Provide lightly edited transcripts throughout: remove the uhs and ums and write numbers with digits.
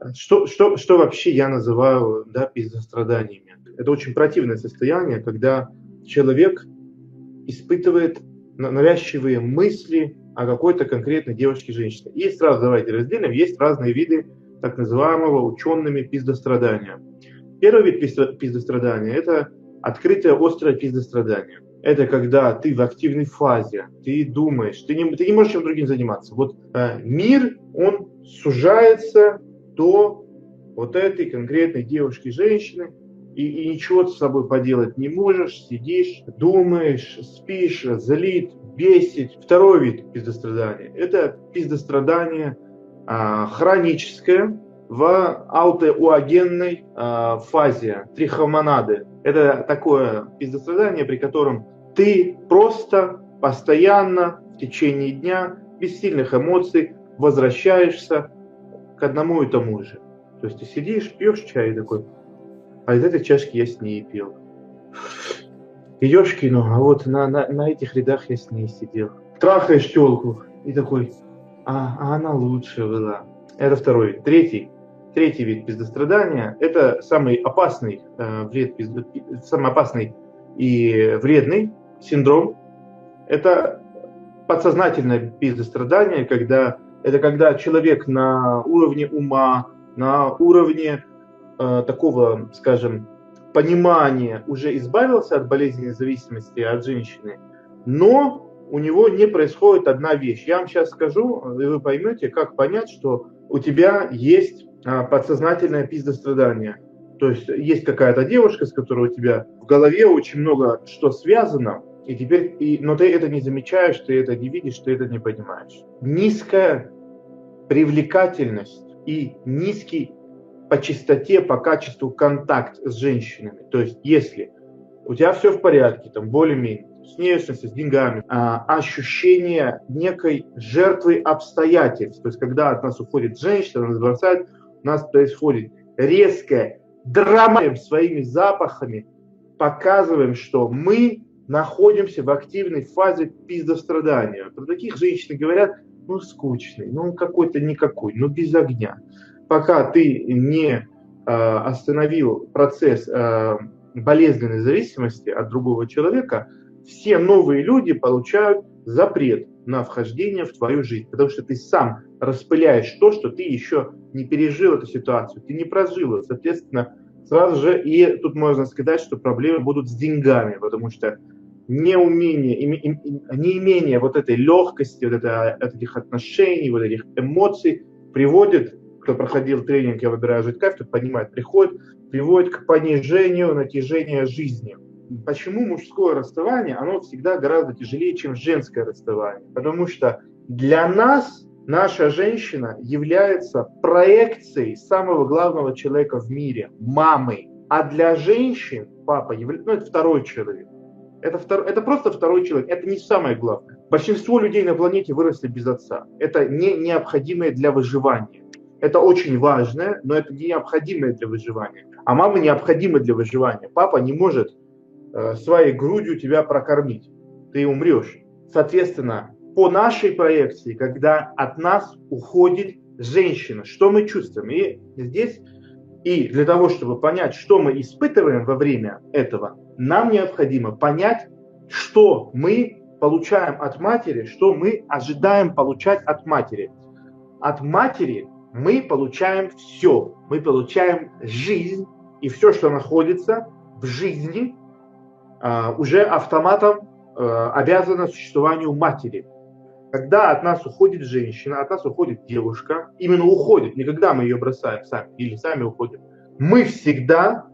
Что вообще я называю, да, пиздостраданиями? Это очень противное состояние, когда человек испытывает навязчивые мысли о какой-то конкретной девушке-женщине. И сразу давайте разделим, есть разные виды так называемого учеными пиздострадания. Первый вид пиздострадания – это открытое острое пиздострадание. Это когда ты в активной фазе, ты думаешь, ты не можешь чем другим заниматься. Вот мир, он сужается до вот этой конкретной девушки-женщины, и ничего ты с собой поделать не можешь, сидишь, думаешь, спишь, злит, бесит. Второй вид пиздострадания – это пиздострадание хроническое, в аутоуагенной фазе трихомонады. Это такое пиздострадание, при котором ты просто постоянно в течение дня без сильных эмоций возвращаешься к одному и тому же. То есть ты сидишь, пьешь чай и такой, а из этой чашки я с ней пил. И ёшкину, а вот на этих рядах я с ней сидел. Трахаешь тёлку и такой, а она лучше была. Это второй. Третий вид пиздострадания – это самый опасный самый опасный и вредный синдром. Это подсознательное пиздострадание, когда человек на уровне ума, на уровне такого, скажем, понимания уже избавился от болезненной зависимости от женщины, но у него не происходит одна вещь. Я вам сейчас скажу, и вы поймете, как понять, что у тебя есть подсознательное пиздострадание. То есть есть какая-то девушка, с которой у тебя в голове очень много что связано, но ты это не замечаешь, ты это не видишь, ты это не понимаешь. Низкая привлекательность и низкий по частоте, по качеству контакт с женщинами. То есть если у тебя все в порядке, там более-менее, с внешностью, с деньгами, ощущение некой жертвы обстоятельств. То есть когда от нас уходит женщина, нас бросает, у нас происходит резкое драма своими запахами, показываем, что мы находимся в активной фазе пиздострадания. Про таких женщин говорят, ну скучный, ну какой-то никакой, ну без огня. Пока ты не остановил процесс болезненной зависимости от другого человека, все новые люди получают запрет на вхождение в твою жизнь, потому что ты сам распыляешь то, что ты еще не пережил эту ситуацию, ты не прожил ее. Соответственно, сразу же и тут можно сказать, что проблемы будут с деньгами, потому что неимение вот этой легкости, вот этих отношений, вот этих эмоций приводит, кто проходил тренинг «Я выбираю жить кайф», тот понимает, приводит к понижению натяжения жизни. Почему мужское расставание, оно всегда гораздо тяжелее, чем женское расставание? Потому что для нас наша женщина является проекцией самого главного человека в мире, мамой. А для женщин папа является, это второй человек. Это просто второй человек, это не самое главное. Большинство людей на планете выросли без отца. Это не необходимое для выживания. Это очень важное, но это не необходимое для выживания. А мама необходима для выживания. Папа не может своей грудью тебя прокормить. Ты умрешь. Соответственно, по нашей проекции, когда от нас уходит женщина, что мы чувствуем? И здесь, и для того, чтобы понять, что мы испытываем во время этого, нам необходимо понять, что мы получаем от матери, что мы ожидаем получать от матери. От матери мы получаем все. Мы получаем жизнь, и все, что находится в жизни, уже автоматом обязано существованию матери. Когда от нас уходит женщина, от нас уходит девушка, именно уходит, не когда мы ее бросаем сами или сами уходим, мы всегда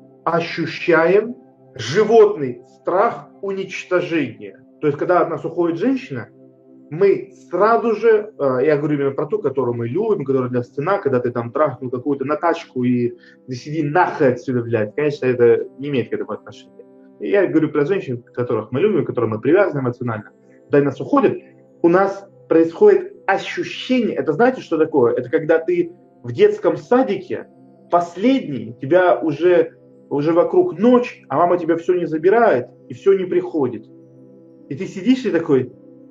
ощущаем животный страх уничтожения. То есть, когда от нас уходит женщина, мы сразу же, я говорю именно про ту, которую мы любим, которая для стена, когда ты там трахнул какую-то Наташку и сиди нахуй отсюда, блядь, конечно, это не имеет к этому отношения. И я говорю про женщин, которых мы любим, к которым мы привязаны эмоционально. Когда нас уходят, у нас происходит ощущение, это знаете, что такое? Это когда ты в детском садике, последний, тебя уже вокруг ночь, а мама тебя все не забирает и все не приходит. И ты сидишь и такой,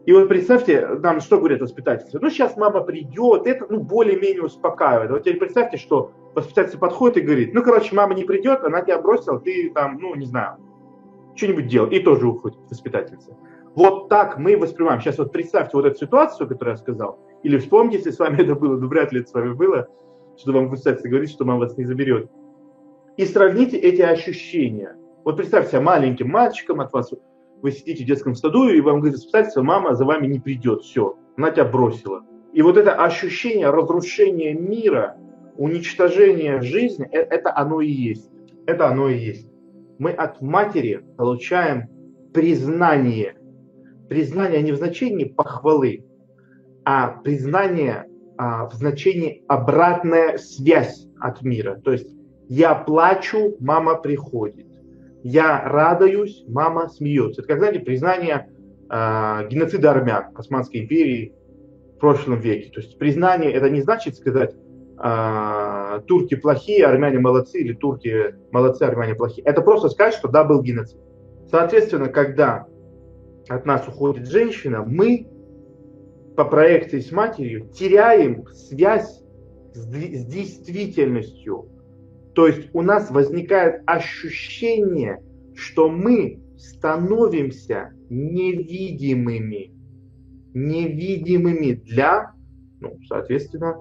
И вот представьте, нам что говорят воспитательницы? Ну, сейчас мама придет, это, ну, более-менее успокаивает. Вот теперь представьте, что воспитательница подходит и говорит, ну, короче, мама не придет, она тебя бросила, ты там, ну, не знаю, что-нибудь делал, и тоже уходит воспитательница. Вот так мы воспринимаем. Сейчас вот представьте вот эту ситуацию, которую я сказал, или вспомните, если с вами это было, ну, вряд ли это с вами было, что вам воспитательница говорит, что мама вас не заберет. И сравните эти ощущения. Вот представьте себя маленьким мальчиком от вас, вы сидите в детском саду, и вам говорит воспитательница, мама за вами не придет, все, она тебя бросила. И вот это ощущение разрушения мира, уничтожения жизни, это оно и есть. Это оно и есть. Мы от матери получаем признание. Признание не в значении похвалы, а признание в значении обратная связь от мира. То есть я плачу, мама приходит. Я радуюсь, мама смеется. Это, как знаете, признание геноцида армян Османской империи в прошлом веке. То есть признание, это не значит сказать турки плохие, армяне молодцы, или турки молодцы, армяне плохие. Это просто сказать, что да, был геноцид. Соответственно, когда от нас уходит женщина, мы по проекции с матерью теряем связь с действительностью. То есть у нас возникает ощущение, что мы становимся невидимыми для, ну, соответственно,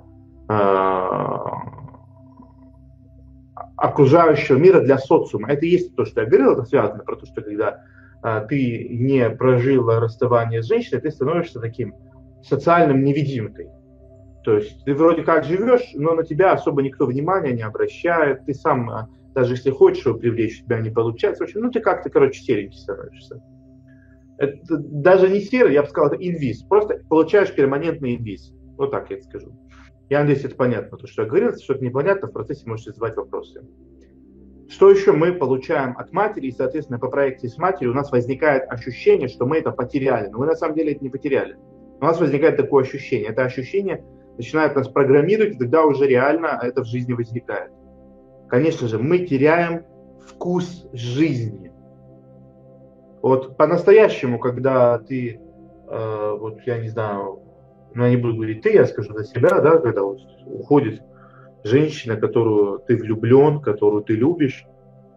окружающего мира, для социума. Это и есть то, что я говорил, это связано про то, что когда ты не прожил расставание с женщиной, ты становишься таким социальным невидимкой. То есть ты вроде как живешь, но на тебя особо никто внимания не обращает, ты сам, даже если хочешь его привлечь, у тебя не получается. В общем, ну ты как-то, короче, серенький становишься. Это даже не серый, я бы сказал, это инвиз. Просто получаешь перманентный инвиз. Вот так я это скажу. Я надеюсь, это понятно, то, что я говорил. Если что-то непонятно, в процессе можете задавать вопросы. Что еще мы получаем от матери, и, соответственно, по проекции с матерью у нас возникает ощущение, что мы это потеряли. Но мы на самом деле это не потеряли. У нас возникает такое ощущение. Это ощущение начинает нас программировать, и тогда уже реально это в жизни возникает. Конечно же, мы теряем вкус жизни. Вот по-настоящему, когда ты, вот я не знаю, ну я не буду говорить ты, я скажу за себя, да, когда вот уходит женщина, которую ты влюблен, которую ты любишь,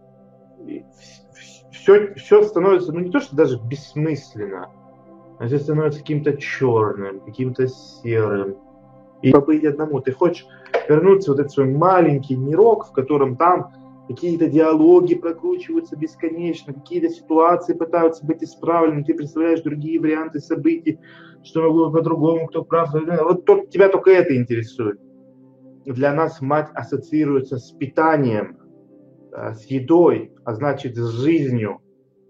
все становится, ну не то, что даже бессмысленно, а все становится каким-то черным, каким-то серым. И побыть одному. Ты хочешь вернуться в вот этот свой маленький мирок, в котором там какие-то диалоги прокручиваются бесконечно, какие-то ситуации пытаются быть исправлены, ты представляешь другие варианты событий, что могло бы по-другому, кто прав. Вот тебя только это интересует. Для нас мать ассоциируется с питанием, с едой, а значит с жизнью.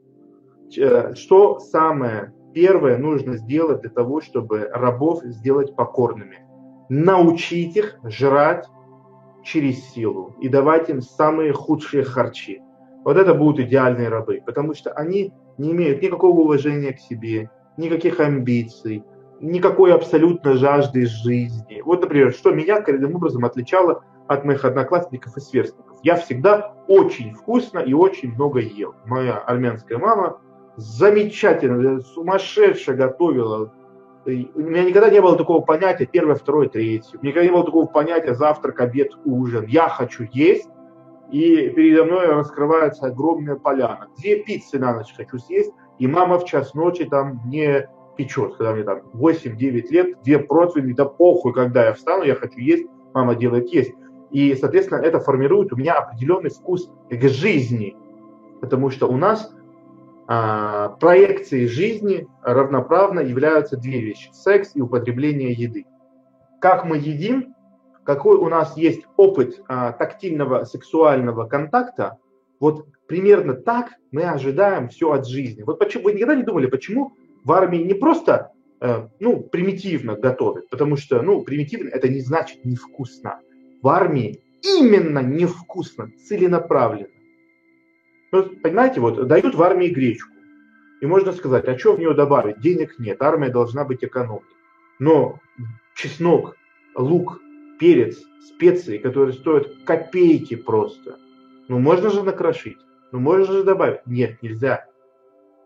Что самое первое нужно сделать для того, чтобы рабов сделать покорными? Научить их жрать через силу и давать им самые худшие харчи. Вот это будут идеальные рабы, потому что они не имеют никакого уважения к себе, никаких амбиций, никакой абсолютно жажды жизни. Вот, например, что меня коренным образом отличало от моих одноклассников и сверстников. Я всегда очень вкусно и очень много ел. Моя армянская мама замечательно, сумасшедше готовила. У меня никогда не было такого понятия первое, второе, третье. Никогда не было такого понятия завтрак, обед, ужин. Я хочу есть, и передо мной раскрывается огромная поляна. 2 пиццы на ночь хочу съесть, и мама в час ночи там не печет. Когда мне там 8-9 лет, 2 противни, да похуй, когда я встану, я хочу есть, мама делает есть. И, соответственно, это формирует у меня определенный вкус к жизни. Потому что у нас проекцией жизни равноправно являются 2 вещи: секс и употребление еды. Как мы едим, какой у нас есть опыт тактильного сексуального контакта, вот примерно так мы ожидаем все от жизни. Вот почему вы никогда не думали, почему в армии не просто примитивно готовят, потому что примитивно это не значит невкусно. В армии именно невкусно, целенаправленно. Понимаете, вот дают в армии гречку, и можно сказать, а что в нее добавить? Денег нет, армия должна быть экономной. Но чеснок, лук, перец, специи, которые стоят копейки просто, можно же накрошить, можно же добавить. Нет, нельзя.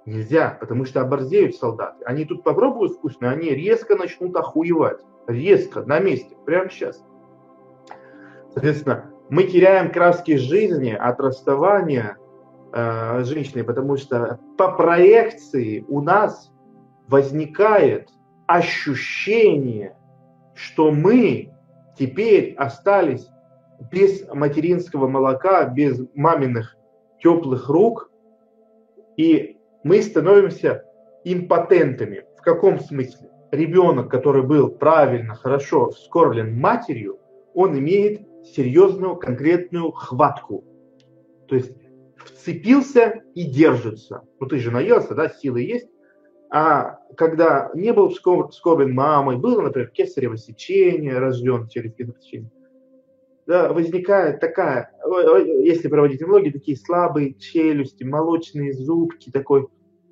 Нельзя, потому что оборзеют солдаты. Они тут попробуют вкусно, они резко начнут охуевать. Резко, на месте, прямо сейчас. Соответственно, мы теряем краски жизни от расставания с женщиной, потому что по проекции у нас возникает ощущение, что мы теперь остались без материнского молока, без маминых теплых рук, и мы становимся импотентами. В каком смысле? Ребенок, который был правильно, хорошо вскормлен матерью, он имеет серьезную, конкретную хватку. То есть вцепился и держится. Ну ты же наелся, да, силы есть. А когда не был вскормлен мамой, было, например, кесарево сечение, рожден через кесарево сечение, да, возникает такая, если проводить аналогии, такие слабые челюсти, молочные зубки, такой,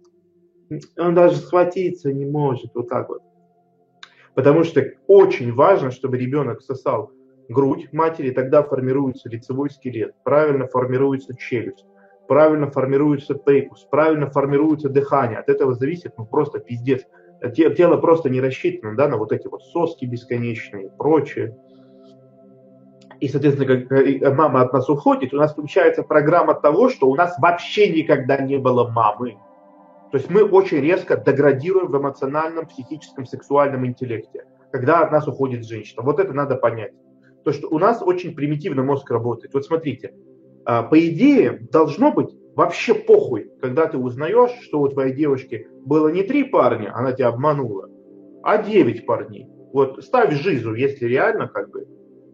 он даже схватиться не может, вот так вот. Потому что очень важно, чтобы ребенок сосал грудь матери, тогда формируется лицевой скелет, правильно формируется челюсть, правильно формируется прикус, правильно формируется дыхание. От этого зависит, ну просто пиздец. Тело просто не рассчитано, да, на вот эти вот соски бесконечные и прочее. И, соответственно, как мама от нас уходит, у нас получается программа того, что у нас вообще никогда не было мамы. То есть мы очень резко деградируем в эмоциональном, психическом, сексуальном интеллекте, когда от нас уходит женщина. Вот это надо понять. То, что у нас очень примитивно мозг работает. Вот смотрите, по идее должно быть вообще похуй, когда ты узнаешь, что у твоей девушки было не 3 парня, она тебя обманула, а 9 парней. Вот ставь жизу, если реально как бы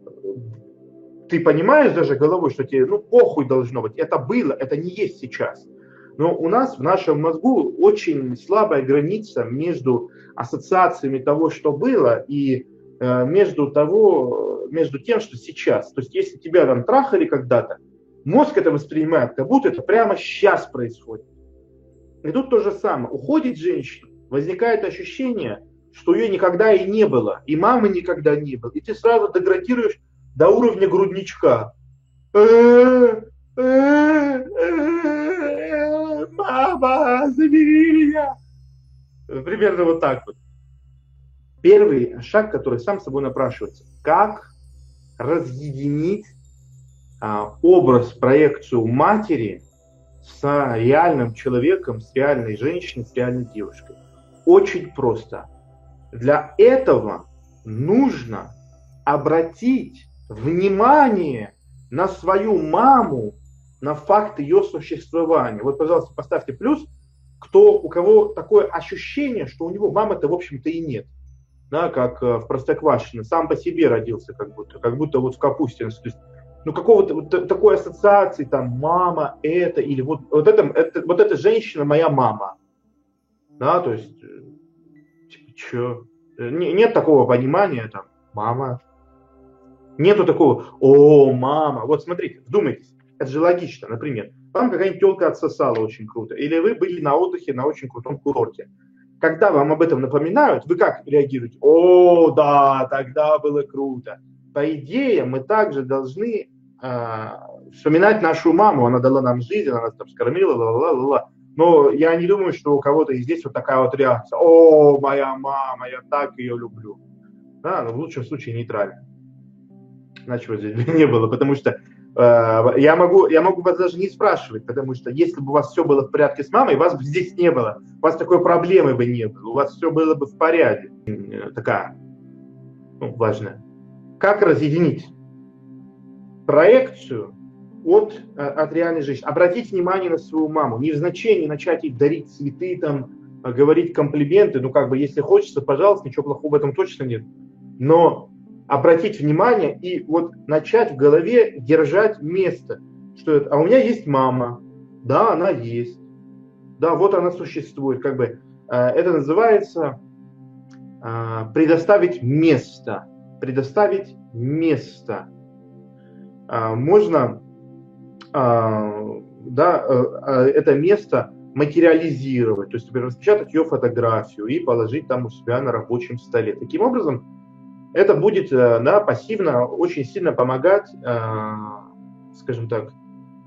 ты понимаешь даже головой, что тебе похуй должно быть. Это было, это не есть сейчас. Но у нас в нашем мозгу очень слабая граница между ассоциациями того, что было, и между тем, что сейчас. То есть если тебя там трахали когда-то, мозг это воспринимает, как будто это прямо сейчас происходит. И тут то же самое. Уходит женщина, возникает ощущение, что ее никогда и не было, и мамы никогда не было. И ты сразу деградируешь до уровня грудничка. Мама, забери меня. Примерно вот так вот. Первый шаг, который сам собой напрашивается. Как разъединить образ, проекцию матери с реальным человеком, с реальной женщиной, с реальной девушкой? Очень просто. Для этого нужно обратить внимание на свою маму, на факт ее существования. Вот, пожалуйста, поставьте плюс, у кого такое ощущение, что у него мамы-то, в общем-то, и нет. Да, как в Простоквашино, сам по себе родился, как будто вот в Капустинце. То есть, какого-то вот такой ассоциации, там, мама, это, или вот эта женщина моя мама. Да, то есть, типа, что? Нет такого понимания, там, мама. Нету такого, о, мама. Вот смотрите, вдумайтесь, это же логично. Например, вам какая-нибудь телка отсосала очень круто, или вы были на отдыхе на очень крутом курорте. Когда вам об этом напоминают, вы как реагируете? О, да, тогда было круто. По идее, мы также должны вспоминать нашу маму. Она дала нам жизнь, она нас там скормила, ла-ла-ла-ла. Но я не думаю, что у кого-то и здесь вот такая вот реакция. О, моя мама, я так ее люблю. Да, но в лучшем случае нейтрально. Иначе вот здесь не было, потому что я могу вас даже не спрашивать, потому что если бы у вас все было в порядке с мамой, вас бы здесь не было, у вас такой проблемы бы не было, у вас все было бы в порядке. Такая, важная. Как разъединить проекцию от реальной жизни? Обратить внимание на свою маму, не в значении начать ей дарить цветы, там, говорить комплименты, если хочется, пожалуйста, ничего плохого в этом точно нет, но обратить внимание и вот начать в голове держать место, что это, у меня есть мама, да, она есть, да, вот она существует, это называется предоставить место, можно, это место материализировать, то есть, например, распечатать ее фотографию и положить там у себя на рабочем столе. Таким образом, это будет пассивно очень сильно помогать, скажем так,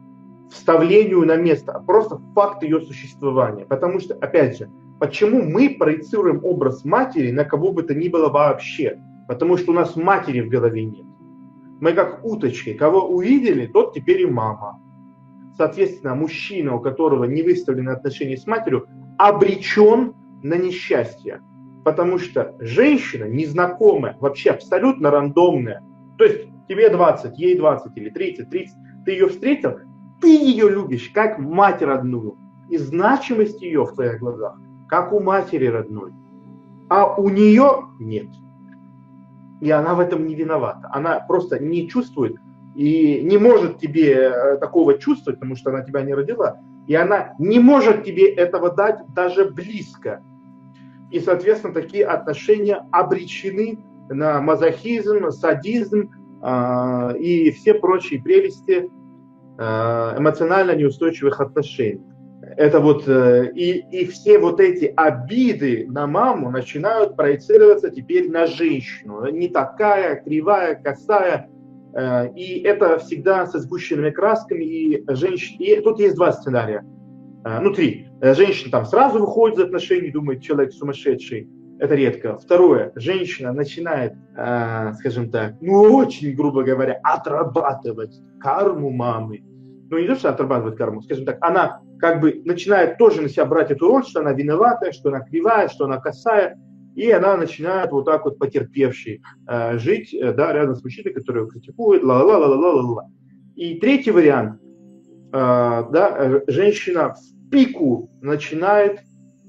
вставлению на место, а просто факт ее существования. Потому что, опять же, почему мы проецируем образ матери на кого бы то ни было вообще? Потому что у нас матери в голове нет. Мы как уточки, кого увидели, тот теперь и мама. Соответственно, мужчина, у которого не выставлены отношения с матерью, обречен на несчастье. Потому что женщина незнакомая, вообще абсолютно рандомная, то есть тебе 20, ей 20 или 30, ты ее встретил, ты ее любишь как мать родную. И значимость ее в твоих глазах, как у матери родной. А у нее нет. И она в этом не виновата. Она просто не чувствует и не может тебе такого чувствовать, потому что она тебя не родила. И она не может тебе этого дать даже близко. И, соответственно, такие отношения обречены на мазохизм, садизм и все прочие прелести эмоционально неустойчивых отношений. Это вот и все вот эти обиды на маму начинают проецироваться теперь на женщину. Не такая, кривая, косая. И это всегда со сгущенными красками. И тут есть два сценария. Три. Женщина там сразу выходит из отношений, думает, человек сумасшедший. Это редко. Второе. Женщина начинает, скажем так, очень грубо говоря, отрабатывать карму мамы. Не то, что отрабатывает карму, скажем так, она как бы начинает тоже на себя брать эту роль, что она виноватая, что она кривая, что она косая, и она начинает вот так вот потерпевшей жить, да, рядом с мужчиной, который ее критикует, ла-ла-ла-ла-ла-ла-ла. И третий вариант, да, женщина в пику начинает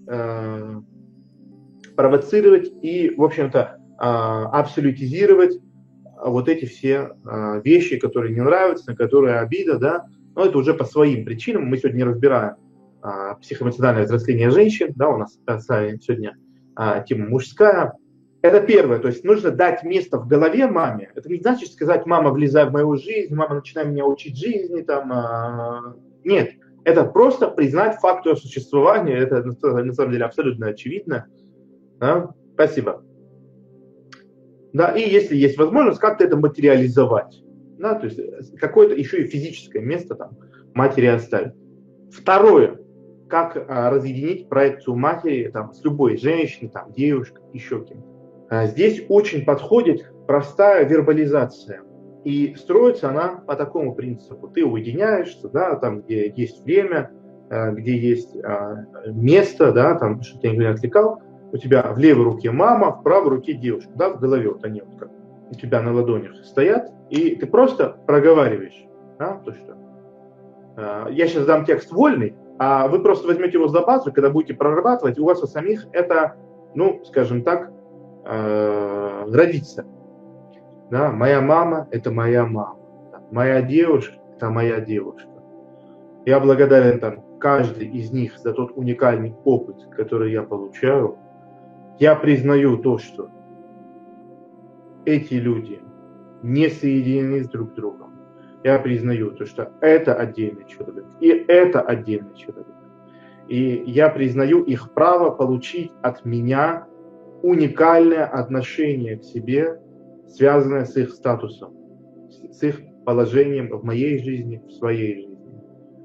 провоцировать и, в общем-то, абсолютизировать вот эти все вещи, которые не нравятся, на которые обида, да, но это уже по своим причинам. Мы сегодня не разбираем психоэмоциональное взросление женщин, да, у нас сегодня тема мужская. Это первое, то есть нужно дать место в голове маме. Это не значит сказать: мама, влезай в мою жизнь, мама, начинай меня учить жизни, там, нет. Это просто признать факт ее существования, это на самом деле абсолютно очевидно. Да? Спасибо. Да, и если есть возможность, как-то это материализовать. Да, то есть какое-то еще и физическое место там матери оставить. Второе, как разъединить проекцию матери там, с любой женщиной, там, девушкой, еще кем-то. Здесь очень подходит простая вербализация. И строится она по такому принципу. Ты уединяешься, да, там, где есть время, где есть место, да, там, что ты не отвлекал. У тебя в левой руке мама, в правой руке девушка, да, в голове вот они вот как у тебя на ладонях стоят, и ты просто проговариваешь, да, то, что я сейчас дам текст вольный, а вы просто возьмете его за базу, когда будете прорабатывать, у вас у самих это, скажем так, родится. Да, моя мама – это моя мама, моя девушка – это моя девушка. Я благодарен там каждый из них за тот уникальный опыт, который я получаю. Я признаю то, что эти люди не соединены с друг другом. Я признаю то, что это отдельный человек, и это отдельный человек. И я признаю их право получить от меня уникальное отношение к себе, связанное с их статусом, с их положением в моей жизни, в своей жизни.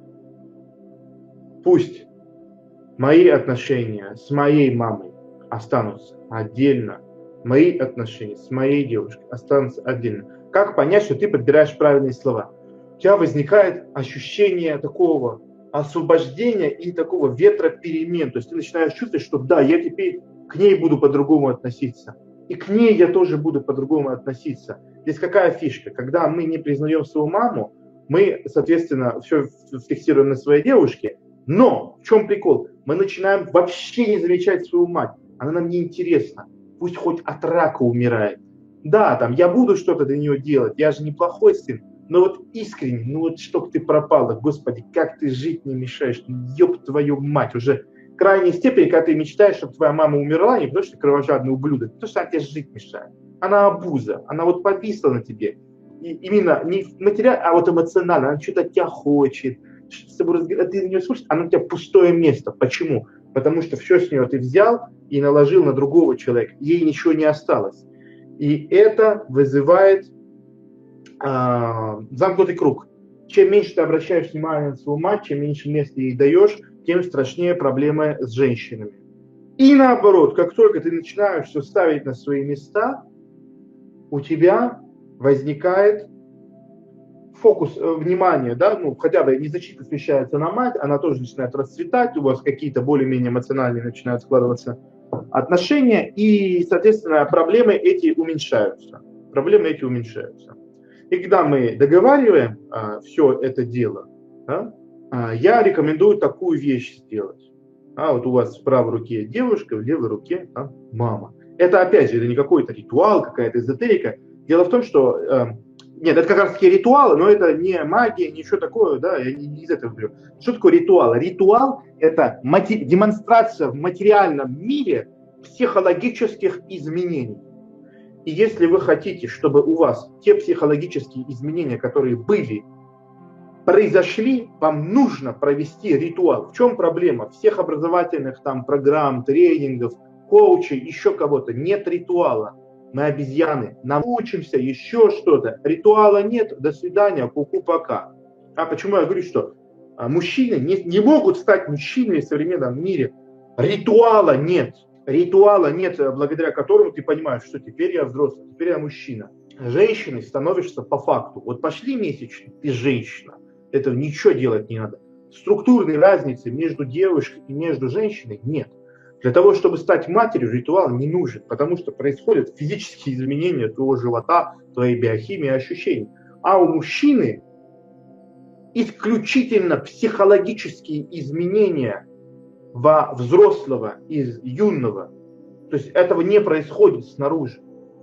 Пусть мои отношения с моей мамой останутся отдельно, мои отношения с моей девушкой останутся отдельно. Как понять, что ты подбираешь правильные слова? У тебя возникает ощущение такого освобождения и такого ветра перемен. То есть ты начинаешь чувствовать, что да, я теперь к ней буду по-другому относиться. И к ней я тоже буду по-другому относиться. Здесь какая фишка? Когда мы не признаем свою маму, мы, соответственно, все фиксируем на своей девушке. Но в чем прикол? Мы начинаем вообще не замечать свою мать. Она нам не интересна. Пусть хоть от рака умирает. Да, там, я буду что-то для нее делать, я же неплохой сын, но вот искренне, чтоб ты пропала, Господи, как ты жить не мешаешь, ёб твою мать, уже крайней степени, когда ты мечтаешь, чтобы твоя мама умерла, не потому что ты кровожадный ублюдок, потому что она тебе жить мешает. Она обуза, она вот повисла на тебе. И именно не материально, а вот эмоционально, она что-то от тебя хочет, что с тобой разговаривать, ты на нее слушаешь, она у тебя пустое место. Почему? Потому что все с нее ты взял и наложил на другого человека, ей ничего не осталось. И это вызывает замкнутый круг. Чем меньше ты обращаешь внимание на свою мать, чем меньше места ей даешь, тем страшнее проблемы с женщинами. И наоборот, как только ты начинаешь все ставить на свои места, у тебя возникает фокус внимания, да, ну, хотя бы незначительно смещается на мать, она тоже начинает расцветать, у вас какие-то более-менее эмоциональные начинают складываться отношения, и, соответственно, проблемы эти уменьшаются. И когда мы договариваем все это дело, да, я рекомендую такую вещь сделать. Вот у вас в правой руке девушка, в левой руке мама. Это, опять же, это не какой-то ритуал, какая-то эзотерика. Дело в том, что нет, это как раз таки ритуалы, но это не магия, ничего такое, да, я не из этого говорю. Что такое ритуал? Ритуал – это демонстрация в материальном мире психологических изменений. И если вы хотите, чтобы у вас те психологические изменения, которые были, произошли, вам нужно провести ритуал. В чем проблема? Всех образовательных там программ, тренингов, коучей, еще кого-то нет ритуала. Мы обезьяны, научимся еще что-то. Ритуала нет, до свидания, ку-ку, пока. Почему я говорю, что мужчины не могут стать мужчинами в современном мире? Ритуала нет, благодаря которому ты понимаешь, что теперь я взрослый, теперь я мужчина. Женщиной становишься по факту. Вот пошли месячные, ты женщина. Этого ничего делать не надо. Структурной разницы между девушкой и между женщиной нет. Для того, чтобы стать матерью, ритуал не нужен, потому что происходят физические изменения твоего живота, твоей биохимии, ощущений. А у мужчины исключительно психологические изменения во взрослого из юного. То есть этого не происходит снаружи.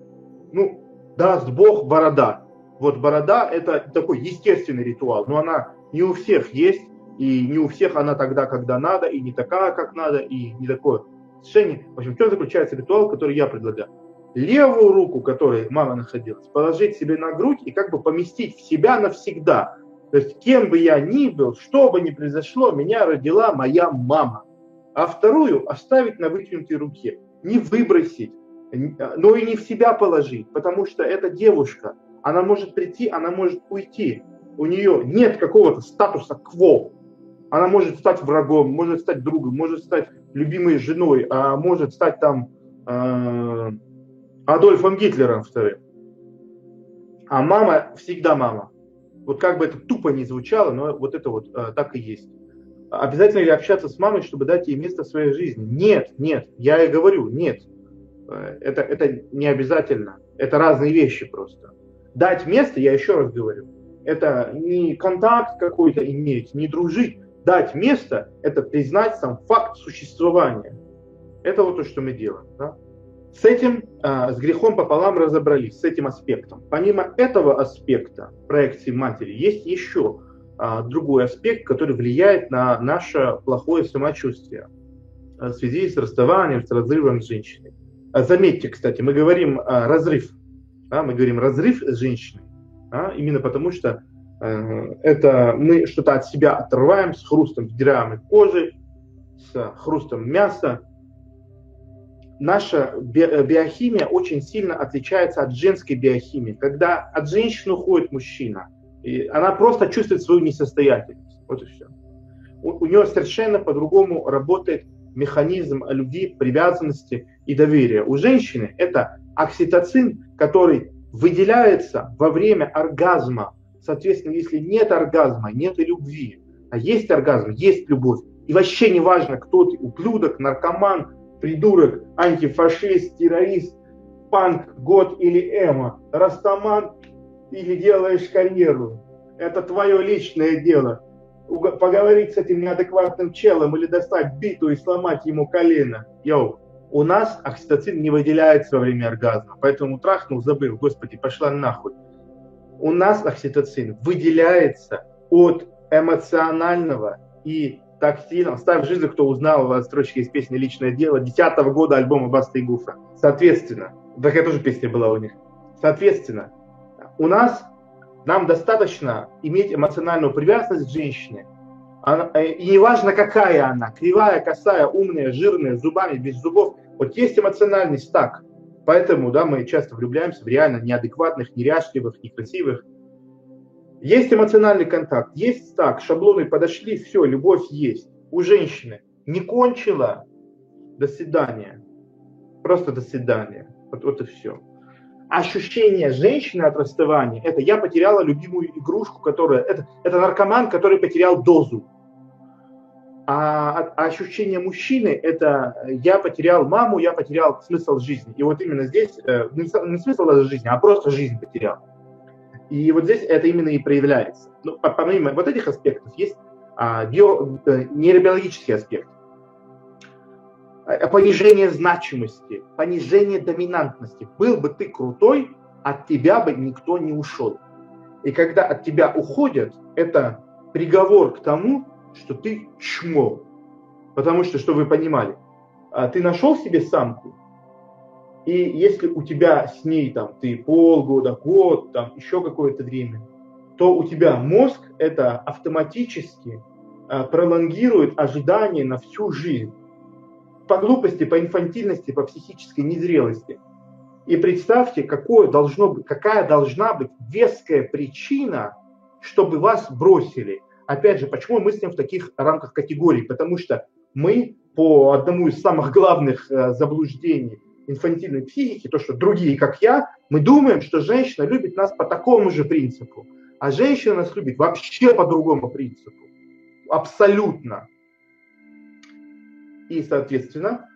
Ну, даст Бог, борода. Вот борода – это такой естественный ритуал, но она не у всех есть. И не у всех она тогда, когда надо, и не такая, как надо, и не такое решение. В общем, в чем заключается ритуал, который я предлагаю? Левую руку, в которой мама находилась, положить себе на грудь и как бы поместить в себя навсегда. То есть, кем бы я ни был, что бы ни произошло, меня родила моя мама. А вторую оставить на вытянутой руке. Не выбросить, но и не в себя положить, потому что эта девушка, она может прийти, она может уйти. У нее нет какого-то статуса кво. Она может стать врагом, может стать другом, может стать любимой женой, а может стать там Адольфом Гитлером вторым. А мама всегда мама. Вот как бы это тупо не звучало, но вот это вот так и есть. Обязательно ли общаться с мамой, чтобы дать ей место в своей жизни? Нет, я и говорю, нет. Это не обязательно. Это разные вещи просто. Дать место, я еще раз говорю, это не контакт какой-то иметь, не дружить. Дать место – это признать сам факт существования. Это вот то, что мы делаем. Да? С этим, с грехом пополам разобрались, с этим аспектом. Помимо этого аспекта проекции матери, есть еще другой аспект, который влияет на наше плохое самочувствие в связи с расставанием, с разрывом с женщиной. Заметьте, кстати, мы говорим разрыв. Мы говорим разрыв с женщиной, именно потому что это мы что-то от себя отрываем, с хрустом вдираем из кожи, с хрустом мяса. Наша биохимия очень сильно отличается от женской биохимии. Когда от женщины уходит мужчина, и она просто чувствует свою несостоятельность. Вот и все. У нее совершенно по-другому работает механизм любви, привязанности и доверия. У женщины это окситоцин, который выделяется во время оргазма. Соответственно, если нет оргазма, нет и любви. А есть оргазм, есть любовь. И вообще не важно, кто ты, ублюдок, наркоман, придурок, антифашист, террорист, панк, гот или эмо, растаман или делаешь карьеру. Это твое личное дело. Поговорить с этим неадекватным челом или достать биту и сломать ему колено. Йоу. У нас окситоцин не выделяется во время оргазма, поэтому трахнул, забыл, господи, пошла нахуй. У нас окситоцин выделяется от эмоционального и тактильного. Ставь жизнь, кто узнал строчки из песни «Личное дело» 10-го года альбома Басты и Гуфа. Соответственно, такая тоже песня была у них. Соответственно, нам достаточно иметь эмоциональную привязанность к женщине. И неважно, какая она, кривая, косая, умная, жирная, с зубами, без зубов. Вот есть эмоциональный стак. Поэтому мы часто влюбляемся в реально неадекватных, неряшливых, некрасивых. Есть эмоциональный контакт, есть так, шаблоны подошли, все, любовь есть. У женщины не кончила, до свидания. Просто до свидания. Вот и все. Ощущение женщины от расставания, это я потеряла любимую игрушку, которая, это наркоман, который потерял дозу. А ощущение мужчины, это я потерял маму, я потерял смысл жизни. И вот именно здесь, не смысл даже жизни, а просто жизнь потерял. И вот здесь это именно и проявляется. Но помимо вот этих аспектов есть нейробиологический аспект. Понижение значимости, понижение доминантности. Был бы ты крутой, от тебя бы никто не ушел. И когда от тебя уходят, это приговор к тому, что ты чмо. Потому что, чтобы вы понимали, ты нашел себе самку, и если у тебя с ней там, ты полгода, год, там, еще какое-то время, то у тебя мозг это автоматически пролонгирует ожидание на всю жизнь. По глупости, по инфантильности, по психической незрелости. И представьте, какая должна быть веская причина, чтобы вас бросили. Опять же, почему мы мыслим в таких рамках категорий? Потому что мы по одному из самых главных заблуждений инфантильной психики, то, что другие, как я, мы думаем, что женщина любит нас по такому же принципу. А женщина нас любит вообще по другому принципу. Абсолютно. И, соответственно,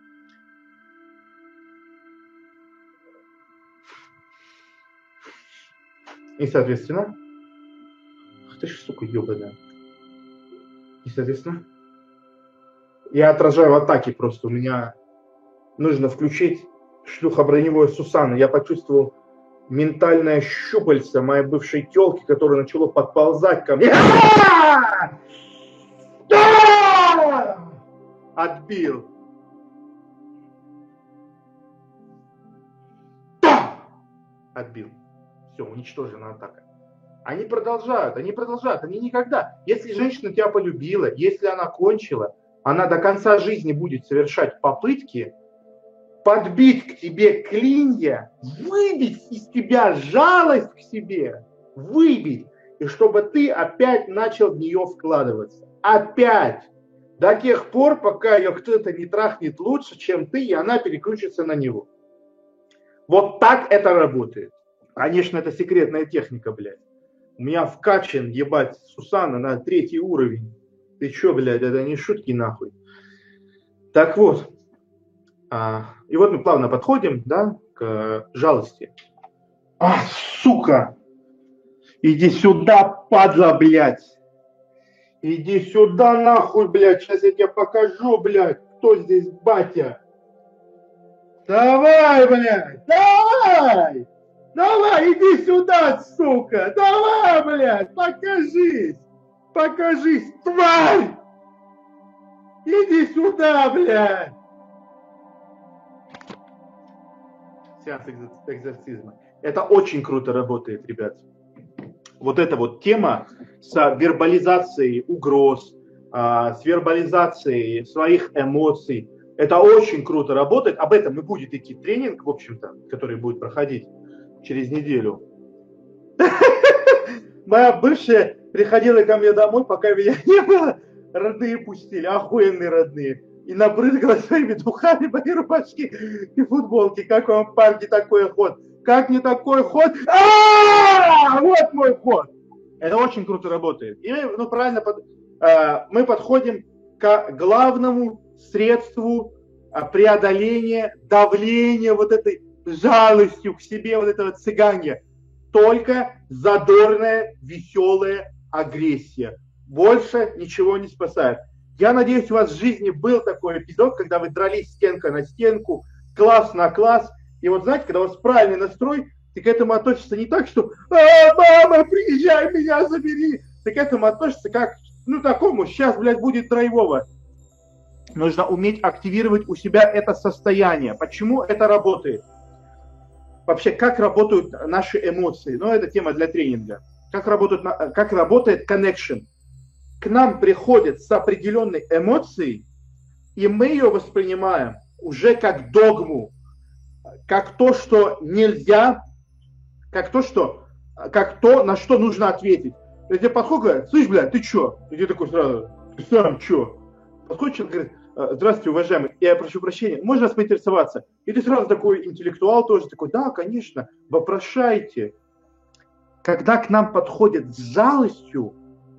ах ты ж, сука, ебаная. И, соответственно, я отражаю атаки просто. У меня нужно включить шлюхоброневое Сусанна. Я почувствовал ментальное щупальце моей бывшей тёлки, которое начало подползать ко мне. Отбил. Отбил. Все, уничтожена атака. Они продолжают, они никогда. Если женщина тебя полюбила, если она кончила, она до конца жизни будет совершать попытки подбить к тебе клинья, выбить из тебя жалость к себе, выбить, и чтобы ты опять начал в нее вкладываться. Опять. До тех пор, пока ее кто-то не трахнет лучше, чем ты, и она переключится на него. Вот так это работает. Конечно, это секретная техника, блядь. У меня вкачан, ебать, Сусанна на 3-й уровень. Ты чё, блядь, это не шутки нахуй. Так вот. И вот мы плавно подходим, да, к жалости. Сука! Иди сюда, падла, блядь! Иди сюда, нахуй, блядь! Сейчас я тебе покажу, блядь, кто здесь батя! Давай, блядь! Давай! Давай, иди сюда, сука! Давай, блядь! Покажись! Покажись, тварь! Иди сюда, блядь! Сеанс экзорцизма. Это очень круто работает, ребят. Вот эта вот тема с вербализацией угроз, с вербализацией своих эмоций, это очень круто работает. Об этом и будет идти тренинг, в общем-то, который будет проходить через неделю. Моя бывшая приходила ко мне домой, пока меня не было, родные пустили, охуенные родные. И набрызгала своими духами мои рубашки и футболки. Как вам, парни, такой ход? Как не такой ход? Вот мой ход. Это очень круто работает. И, ну, правильно, мы подходим к главному средству преодоления, давления вот этой жалостью к себе, вот этого цыганья. Только задорная, веселая агрессия. Больше ничего не спасает. Я надеюсь, у вас в жизни был такой эпизод, когда вы дрались стенка на стенку, класс на класс. И вот знаете, когда у вас правильный настрой, ты к этому относишься не так, что «Мама, приезжай, меня забери!» Ты к этому относишься как, ну, такому, сейчас, блядь, будет драйвово. Нужно уметь активировать у себя это состояние. Почему это работает? Вообще, как работают наши эмоции? Ну, это тема для тренинга. Как работает connection? К нам приходит с определенной эмоцией, и мы ее воспринимаем уже как догму, как то, что нельзя, как то, на что нужно ответить. Я тебе подходит, говорит, слышь, блядь, ты чё? И ты такой сразу, ты сам чё? Подходит человек, говорит, здравствуйте, уважаемый, я прошу прощения, можно вас поинтересоваться? И ты сразу такой интеллектуал тоже, такой, да, конечно, вопрошайте. Когда к нам подходят с жалостью,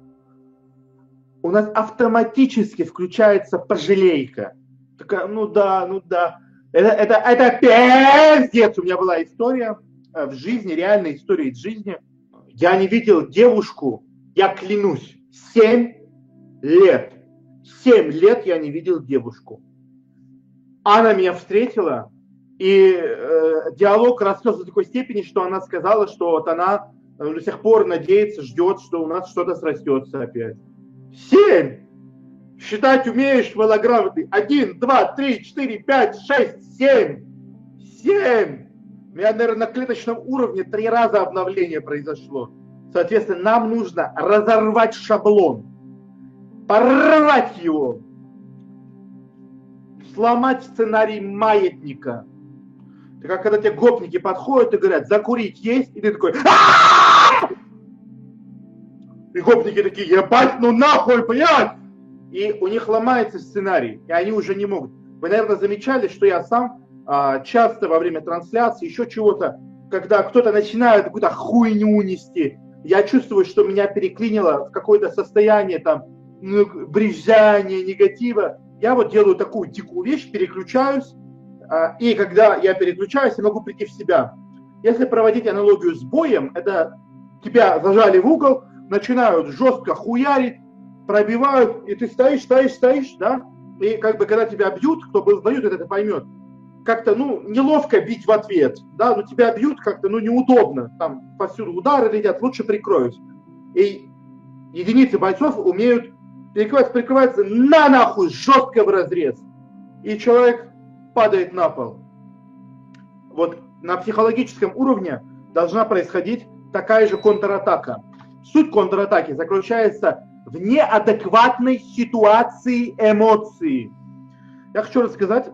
у нас автоматически включается пожалейка. Такая, ну да, ну да. Это пиздец. У меня была история в жизни, реальная история из жизни. Я не видел девушку, я клянусь, 7 лет. 7 лет я не видел девушку. Она меня встретила, и диалог растет до такой степени, что она сказала, что вот она до сих пор надеется, ждет, что у нас что-то срастется опять. 7! Считать умеешь, малограмотный? 1, 2, 3, 4, 5, 6, 7! 7! У меня, наверное, на клеточном уровне 3 раза обновление произошло. Соответственно, нам нужно разорвать шаблон, порвать его, сломать сценарий маятника. Это как когда тебе гопники подходят и говорят, закурить есть, и ты такой, и гопники такие, ебать, ну нахуй, блядь! И у них ломается сценарий, и они уже не могут. Вы, наверное, замечали, что я сам часто во время трансляции, еще чего-то, когда кто-то начинает какую-то хуйню нести, я чувствую, что меня переклинило в какое-то состояние там, брезжания, негатива. Я вот делаю такую дикую вещь, переключаюсь, и когда я переключаюсь, я могу прийти в себя. Если проводить аналогию с боем, это тебя зажали в угол, начинают жестко хуярить, пробивают, и ты стоишь, да? И как бы когда тебя бьют, кто был в бою, это поймет. Как-то, неловко бить в ответ, да, но тебя бьют как-то, неудобно, там повсюду удары летят, лучше прикроюсь. И единицы бойцов умеют прикрываться на нахуй, жестко в разрез. И человек падает на пол. Вот на психологическом уровне должна происходить такая же контратака. Суть контратаки заключается в неадекватной ситуации эмоций. Я хочу рассказать,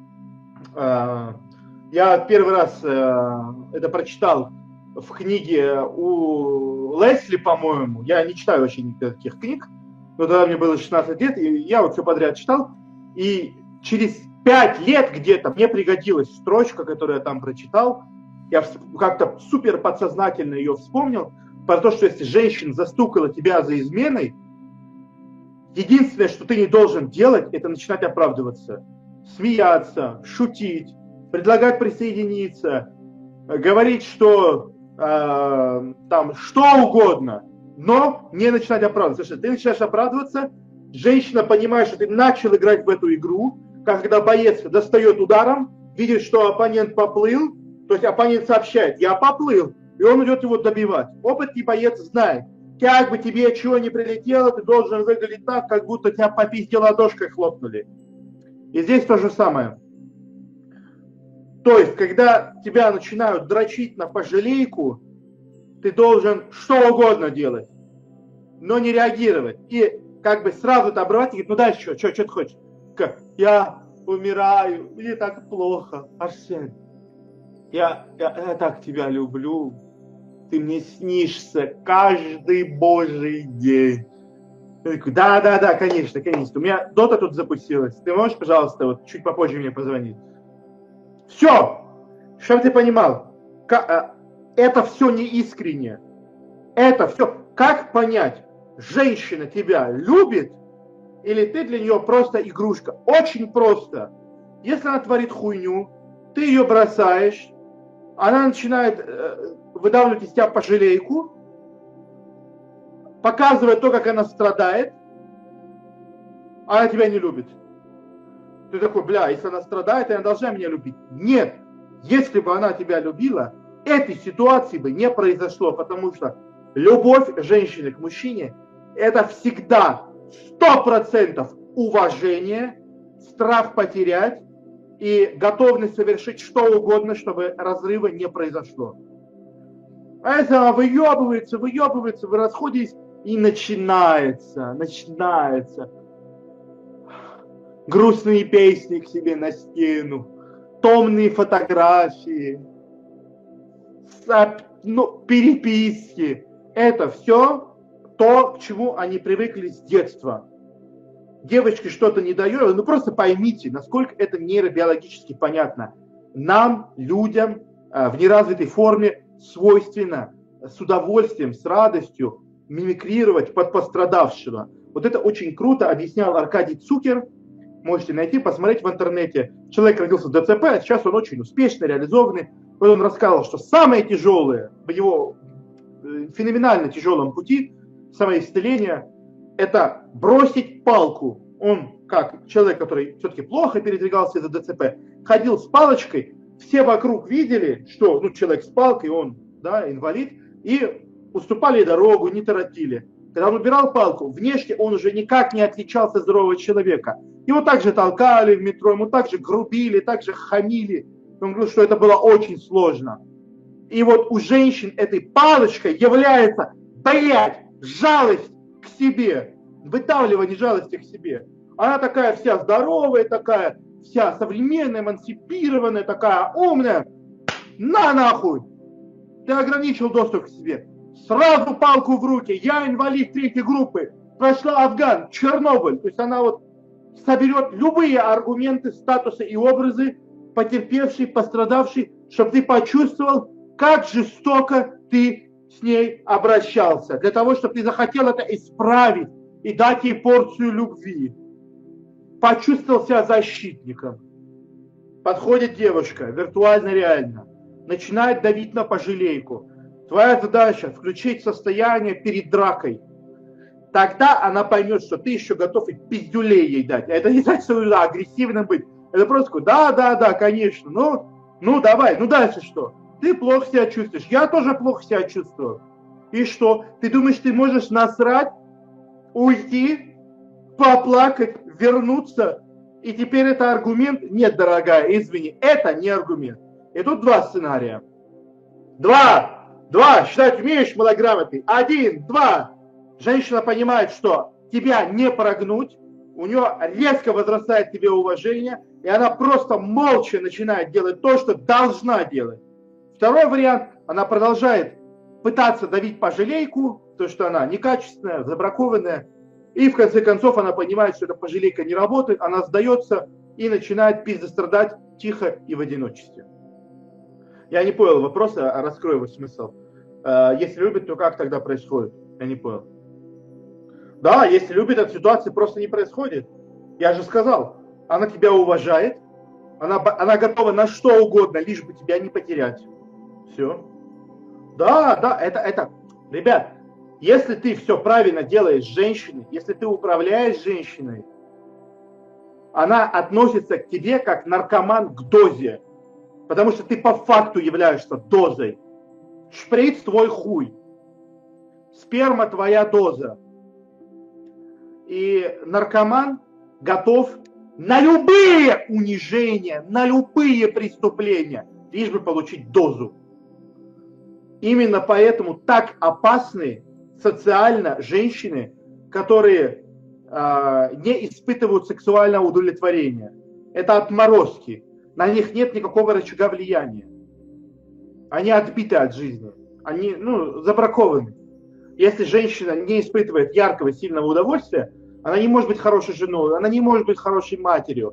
я первый раз это прочитал в книге у Лесли, по-моему. Я не читаю вообще никаких книг, но тогда мне было 16 лет, и я вот все подряд читал. И через 5 лет где-то мне пригодилась строчка, которую я там прочитал. Я как-то супер подсознательно ее вспомнил. Про то, что если женщина застукала тебя за изменой, единственное, что ты не должен делать, это начинать оправдываться. Смеяться, шутить, предлагать присоединиться, говорить, что там что угодно, но не начинать оправдываться. Потому что ты начинаешь оправдываться, женщина понимает, что ты начал играть в эту игру, когда боец достает ударом, видит, что оппонент поплыл, то есть оппонент сообщает, я поплыл, и он идет его добивать. Опытный боец знает, как бы тебе чего не прилетело, ты должен выглядеть так, как будто тебя по пизде ладошкой хлопнули. И здесь то же самое. То есть, когда тебя начинают дрочить на пожалейку, ты должен что угодно делать, но не реагировать. И как бы сразу это обрывать и говорить, дальше что ты хочешь? Я умираю, мне так плохо, Арсен. Я так тебя люблю. Ты мне снишься каждый божий день. Я такой, да, конечно. У меня дота тут запустилась. Ты можешь, пожалуйста, вот чуть попозже мне позвонить? Все! Чтобы ты понимал, это все не искренне. Это все. Как понять, женщина тебя любит, или ты для нее просто игрушка? Очень просто. Если она творит хуйню, ты ее бросаешь, она начинает выдавливать из тебя пожалейку, показывая то, как она страдает, она тебя не любит. Ты такой, если она страдает, она должна меня любить. Нет, если бы она тебя любила, этой ситуации бы не произошло, потому что любовь женщины к мужчине – это всегда 100% уважение, страх потерять и готовность совершить что угодно, чтобы разрыва не произошло. А если она выебывается, вы расходитесь, и начинается грустные песни к себе на стену, томные фотографии, переписки. Это все то, к чему они привыкли с детства. Девочке что-то не дает, ну просто поймите, насколько это нейробиологически понятно. Нам, людям, в неразвитой форме свойственно с удовольствием, с радостью мимикрировать под пострадавшего. Вот это очень круто объяснял Аркадий Цукер. Можете найти, посмотреть в интернете. Человек родился в ДЦП, а сейчас он очень успешный, реализованный. Вот он рассказал, что самое тяжелое в его феноменально тяжелом пути, самоисцеления, это бросить палку. Он, как человек, который все-таки плохо передвигался из-за ДЦП, ходил с палочкой, все вокруг видели, что человек с палкой, он инвалид, и уступали дорогу, не торопили. Когда он убирал палку, внешне он уже никак не отличался от здорового человека. Его также толкали в метро, ему также грубили, также хамили. Он говорил, что это было очень сложно. И вот у женщин этой палочкой является, жалость к себе, выдавливание жалости к себе. Она такая вся здоровая, такая вся современная, эмансипированная, такая умная. Нахуй! Ты ограничил доступ к себе. Сразу палку в руки. Я инвалид третьей группы. Прошла Афган, Чернобыль. То есть она вот соберет любые аргументы, статусы и образы, потерпевший, пострадавший, чтобы ты почувствовал, как жестоко ты с ней обращался. Для того, чтобы ты захотел это исправить и дать ей порцию любви. Почувствовал себя защитником. Подходит девушка, виртуально, реально. Начинает давить на пожалейку. Твоя задача включить состояние перед дракой. Тогда она поймет, что ты еще готов и пиздюлей ей дать. Это не значит, что нужно агрессивным быть. Это просто да, конечно. Ну давай, дальше что? Ты плохо себя чувствуешь. Я тоже плохо себя чувствую. И что? Ты думаешь, ты можешь насрать, уйти, поплакать, вернуться? И теперь это аргумент? Нет, дорогая, извини, это не аргумент. И тут два сценария. Два, считать умеешь, малограмотный. 1, 2. Женщина понимает, что тебя не прогнуть, у нее резко возрастает к тебе уважение, и она просто молча начинает делать то, что должна делать. Второй вариант, она продолжает пытаться давить пожалейку, то, что она некачественная, забракованная, и в конце концов она понимает, что эта пожалейка не работает, она сдается и начинает пиздострадать тихо и в одиночестве. Я не понял вопроса, раскрою его смысл. Если любит, то как тогда происходит? Я не понял. Да, если любит, эта ситуация просто не происходит. Я же сказал, она тебя уважает, она готова на что угодно, лишь бы тебя не потерять. Все. Да, это. Ребят, если ты все правильно делаешь с женщиной, если ты управляешь женщиной, она относится к тебе как наркоман к дозе. Потому что ты по факту являешься дозой. Шприц твой хуй. Сперма твоя доза. И наркоман готов на любые унижения, на любые преступления, лишь бы получить дозу. Именно поэтому так опасны социально женщины, которые не испытывают сексуального удовлетворения. Это отморозки. На них нет никакого рычага влияния. Они отбиты от жизни. Они забракованы. Если женщина не испытывает яркого, сильного удовольствия, она не может быть хорошей женой, она не может быть хорошей матерью.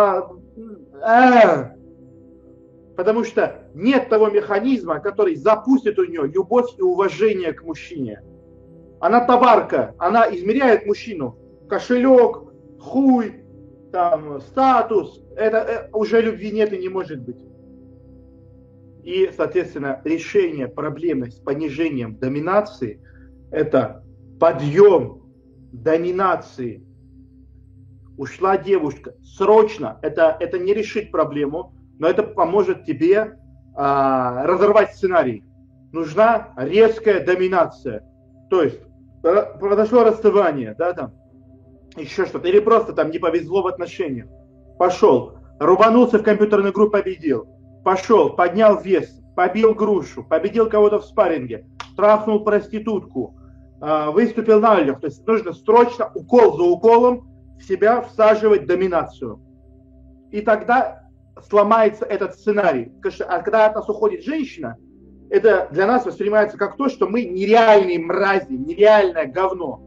Потому что нет того механизма, который запустит у нее любовь и уважение к мужчине. Она товарка, она измеряет мужчину. Кошелек, хуй, статус. Это уже любви нет и не может быть. И, соответственно, решение проблемы с понижением доминации – это подъем доминации. Ушла девушка. Срочно. Это не решит проблему, но это поможет тебе разорвать сценарий. Нужна резкая доминация. То есть произошло расставание, еще что-то. Или просто не повезло в отношениях. Пошел, рубанулся в компьютерную игру, победил. Пошел, поднял вес, побил грушу, победил кого-то в спарринге, трахнул проститутку, выступил на людях. То есть нужно срочно, укол за уколом, в себя всаживать доминацию. И тогда сломается этот сценарий. Потому что когда от нас уходит женщина, это для нас воспринимается как то, что мы нереальные мрази, нереальное говно.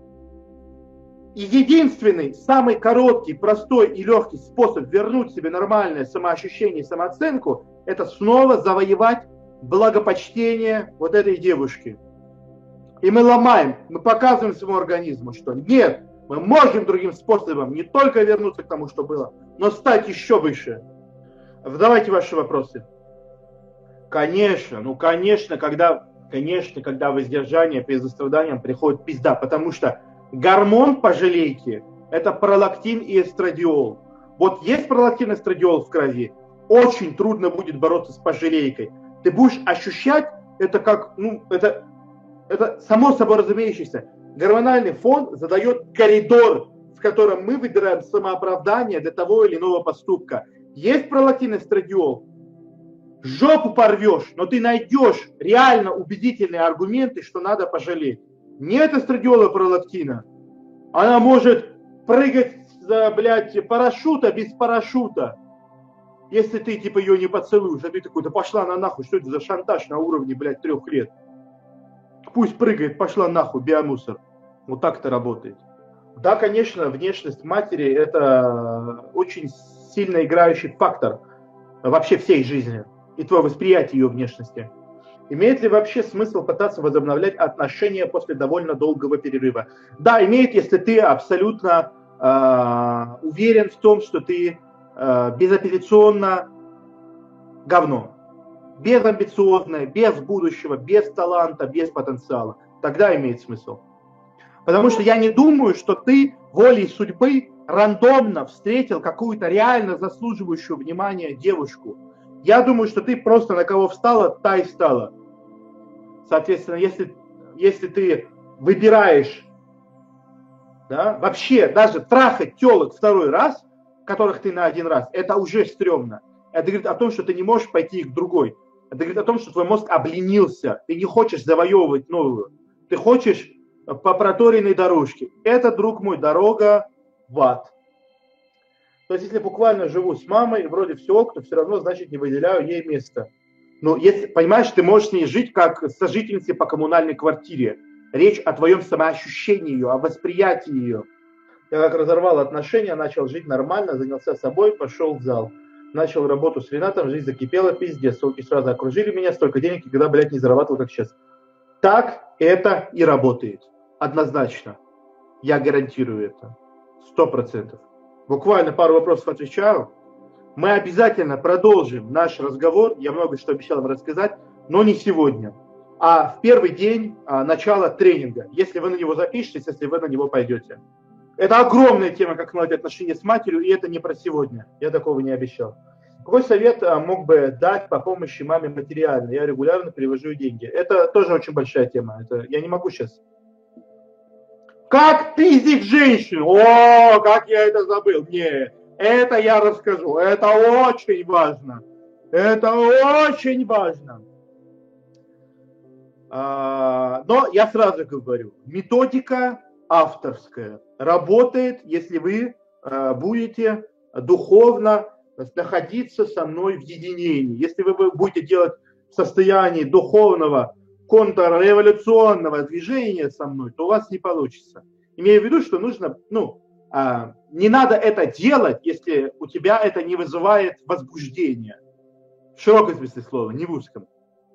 И единственный, самый короткий, простой и легкий способ вернуть себе нормальное самоощущение и самооценку, это снова завоевать благопочтение вот этой девушки. И мы ломаем, мы показываем своему организму, что нет, мы можем другим способом не только вернуться к тому, что было, но стать еще выше. Задавайте ваши вопросы. Конечно, когда воздержание перед страданием приходит пизда, потому что гормон пожалейки – это пролактин и эстрадиол. Вот есть пролактин и эстрадиол в крови, очень трудно будет бороться с пожалейкой. Ты будешь ощущать это как, это само собой разумеющееся. Гормональный фон задает коридор, в котором мы выбираем самооправдание для того или иного поступка. Есть пролактин и эстрадиол, жопу порвешь, но ты найдешь реально убедительные аргументы, что надо пожалеть. Нет эстрадиола пролактина. Она может прыгать с, парашюта без парашюта. Если ты, ее не поцелуешь, а ты такой, да пошла на нахуй, что это за шантаж на уровне, 3 лет. Пусть прыгает, пошла нахуй, биомусор. Вот так это работает. Да, конечно, внешность матери – это очень сильно играющий фактор вообще всей жизни и твое восприятие ее внешности. Имеет ли вообще смысл пытаться возобновлять отношения после довольно долгого перерыва? Да, имеет, если ты абсолютно уверен в том, что ты безапелляционно говно. Безамбициозное, без будущего, без таланта, без потенциала. Тогда имеет смысл. Потому что я не думаю, что ты волей судьбы рандомно встретил какую-то реально заслуживающую внимания девушку. Я думаю, что ты просто на кого встала, та и встала. Соответственно, если ты выбираешь, да, вообще даже трахать телок второй раз, которых ты на один раз, это уже стрёмно. Это говорит о том, что ты не можешь пойти к другой. Это говорит о том, что твой мозг обленился. Ты не хочешь завоевывать новую. Ты хочешь по проторенной дорожке. Это, друг мой, дорога в ад. То есть, если буквально живу с мамой, вроде все, то все равно, значит, не выделяю ей место. Но если, понимаешь, ты можешь с ней жить как сожительницей по коммунальной квартире. Речь о твоем самоощущении ее, о восприятии ее. Я как разорвал отношения, начал жить нормально, занялся собой, пошел в зал. Начал работу с Ренатом, жизнь закипела, пиздец. Суки сразу окружили меня, столько денег, никогда, не зарабатывал, как сейчас. Так это и работает. Однозначно. Я гарантирую это. 100%. Буквально пару вопросов отвечаю. Мы обязательно продолжим наш разговор. Я много что обещал вам рассказать, но не сегодня. А в первый день начала тренинга. Если вы на него запишетесь, если вы на него пойдете. Это огромная тема, как наладить отношения с матерью, и это не про сегодня. Я такого не обещал. Какой совет мог бы дать по помощи маме материально? Я регулярно перевожу деньги. Это тоже очень большая тема. Это я не могу сейчас. Как пиздить женщину? О, как я это забыл. Нет, это я расскажу. Это очень важно. Это очень важно. Но я сразу говорю, методика авторская работает, если вы будете духовно находиться со мной в единении. Если вы будете делать в состоянии духовного контрреволюционного движения со мной, то у вас не получится. Имею в виду, что нужно, не надо это делать, если у тебя это не вызывает возбуждения. В широком смысле слова, не в узком.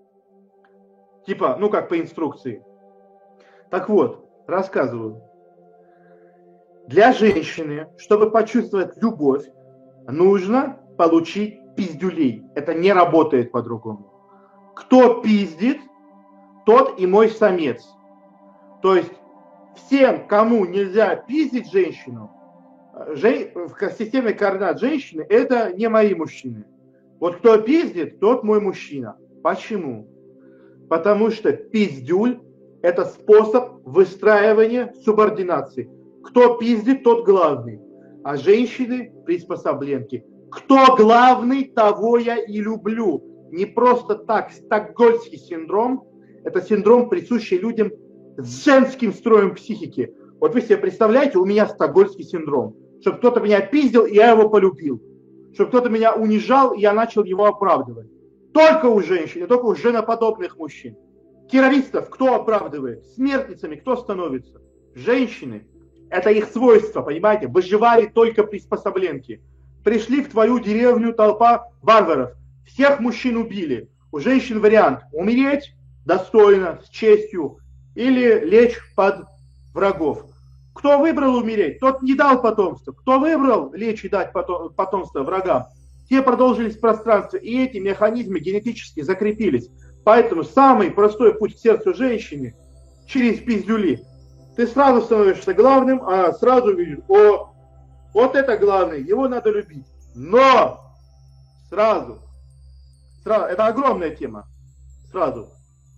Типа, как по инструкции. Так вот, рассказываю. Для женщины, чтобы почувствовать любовь, нужно получить пиздюлей. Это не работает по-другому. Кто пиздит, тот и мой самец. То есть всем, кому нельзя пиздить женщину, в системе координат женщины, это не мои мужчины. Вот кто пиздит, тот мой мужчина. Почему? Потому что пиздюль – это способ выстраивания субординации. Кто пиздит, тот главный. А женщины – приспособленки. Кто главный, того я и люблю. Не просто так. Стокгольмский синдром – это синдром, присущий людям с женским строем психики. Вот вы себе представляете, у меня стокгольмский синдром. Чтобы кто-то меня пиздил, и я его полюбил. Чтобы кто-то меня унижал, и я начал его оправдывать. Только у женщин, только у женоподобных мужчин. Террористов кто оправдывает? Смертницами кто становится? Женщины. Это их свойство, понимаете? Выживали только приспособленки. Пришли в твою деревню толпа варваров. Всех мужчин убили. У женщин вариант: умереть достойно, с честью, или лечь под врагов. Кто выбрал умереть, тот не дал потомства. Кто выбрал лечь и дать потомство врагам, те продолжились в пространстве. И эти механизмы генетически закрепились. Поэтому самый простой путь к сердцу женщины через пиздюли. Ты сразу становишься главным, а сразу видишь: о, вот это главный, его надо любить. Но сразу, это огромная тема, сразу.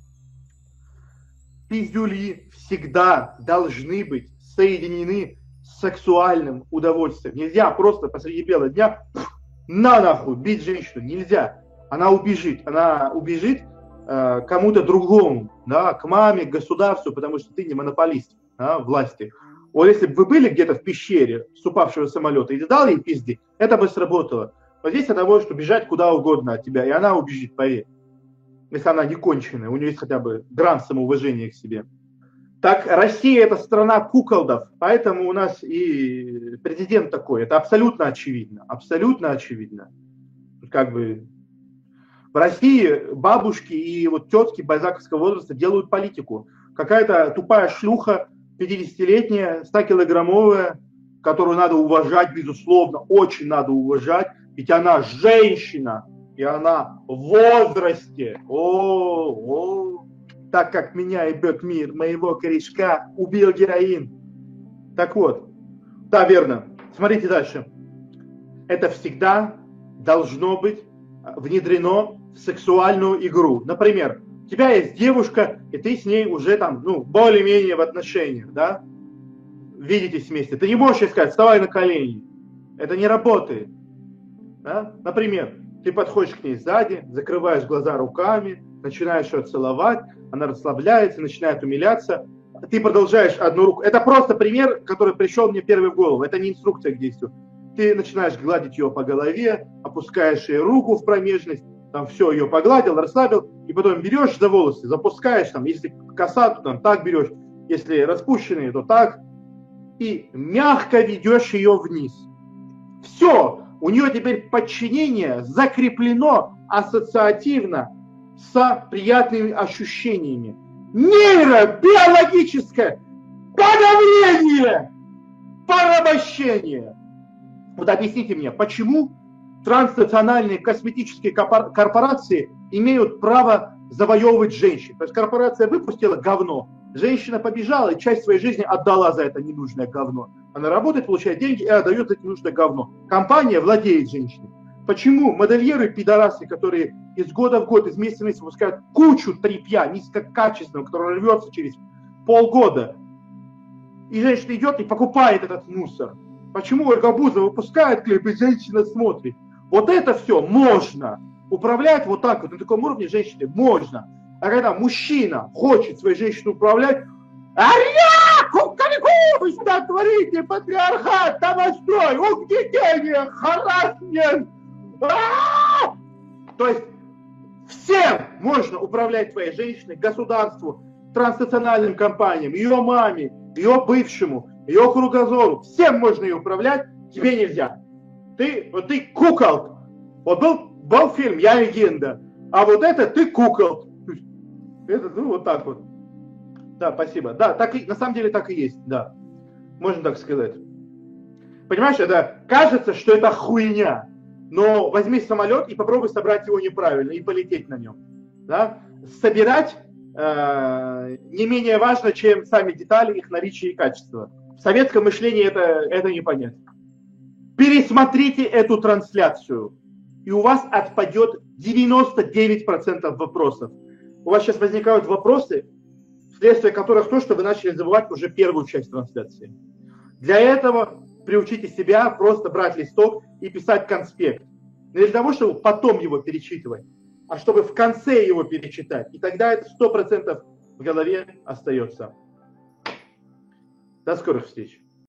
Пиздюли всегда должны быть соединены с сексуальным удовольствием. Нельзя просто посреди бела дня нахуй бить женщину, нельзя. Она убежит кому-то другому, да, к маме, к государству, потому что ты не монополист, да, власти. Вот если бы вы были где-то в пещере с упавшего самолета и дал ей пизди, это бы сработало. Вот здесь она может убежать куда угодно от тебя, и она убежит, поверь. Если она не конченая, у нее есть хотя бы грамм самоуважения к себе. Так, Россия — это страна куколдов, поэтому у нас и президент такой. Это абсолютно очевидно, абсолютно очевидно. Как бы в России бабушки и вот тетки бальзаковского возраста делают политику. Какая-то тупая шлюха, 50-летняя, 100-килограммовая, которую надо уважать, безусловно, очень надо уважать, ведь она женщина, и она в возрасте. Так как меня ебет мир, моего корешка убил героин. Так вот, да, верно. Смотрите дальше. Это всегда должно быть внедрено в сексуальную игру. Например, у тебя есть девушка, и ты с ней уже там, более-менее в отношениях, да? Видитесь вместе. Ты не можешь ей сказать: вставай на колени. Это не работает. Да? Например, ты подходишь к ней сзади, закрываешь глаза руками, начинаешь ее целовать, она расслабляется, начинает умиляться. Ты продолжаешь одну руку. Это просто пример, который пришел мне первый в голову. Это не инструкция к действию. Ты начинаешь гладить ее по голове, опускаешь ей руку в промежность, там все, ее погладил, расслабил, и потом берешь за волосы, запускаешь, там, если коса, то там так берешь, если распущенные, то так, и мягко ведешь ее вниз. Все, у нее теперь подчинение закреплено ассоциативно с приятными ощущениями. Нейробиологическое подавление, порабощение. Вот объясните мне, почему транснациональные косметические корпорации имеют право завоевывать женщин? То есть корпорация выпустила говно, женщина побежала и часть своей жизни отдала за это ненужное говно. Она работает, получает деньги и отдает за это ненужное говно. Компания владеет женщиной. Почему модельеры-пидорасы, которые из года в год, из месяца в месяц выпускают кучу тряпья низкокачественного, которое рвется через полгода, и женщина идет и покупает этот мусор? Почему Ольга Бузова выпускает клип, и женщина смотрит? Вот это все можно управлять вот так вот, на таком уровне женщины можно. А когда мужчина хочет своей женщиной управлять, вы что творите, патриархат, домострой, угнетение, харассмент. То есть всем можно управлять твоей женщиной, государству, транснациональным компаниям, ее маме, ее бывшему, ее кругозору. Всем можно ее управлять, тебе нельзя. Ты кукол. Вот был фильм «Я легенда», а вот это ты кукол. Это вот так вот. Да, спасибо. Да, так и, на самом деле так и есть, да. Можно так сказать. Понимаешь, это кажется, что это хуйня. Но возьми самолет и попробуй собрать его неправильно и полететь на нем. Да? Собирать не менее важно, чем сами детали, их наличие и качество. В советском мышлении это не понять. Пересмотрите эту трансляцию, и у вас отпадет 99% вопросов. У вас сейчас возникают вопросы, вследствие которых то, что вы начали забывать уже первую часть трансляции. Для этого приучите себя просто брать листок и писать конспект. Не для того, чтобы потом его перечитывать, а чтобы в конце его перечитать. И тогда это 100% в голове остается. До скорых встреч.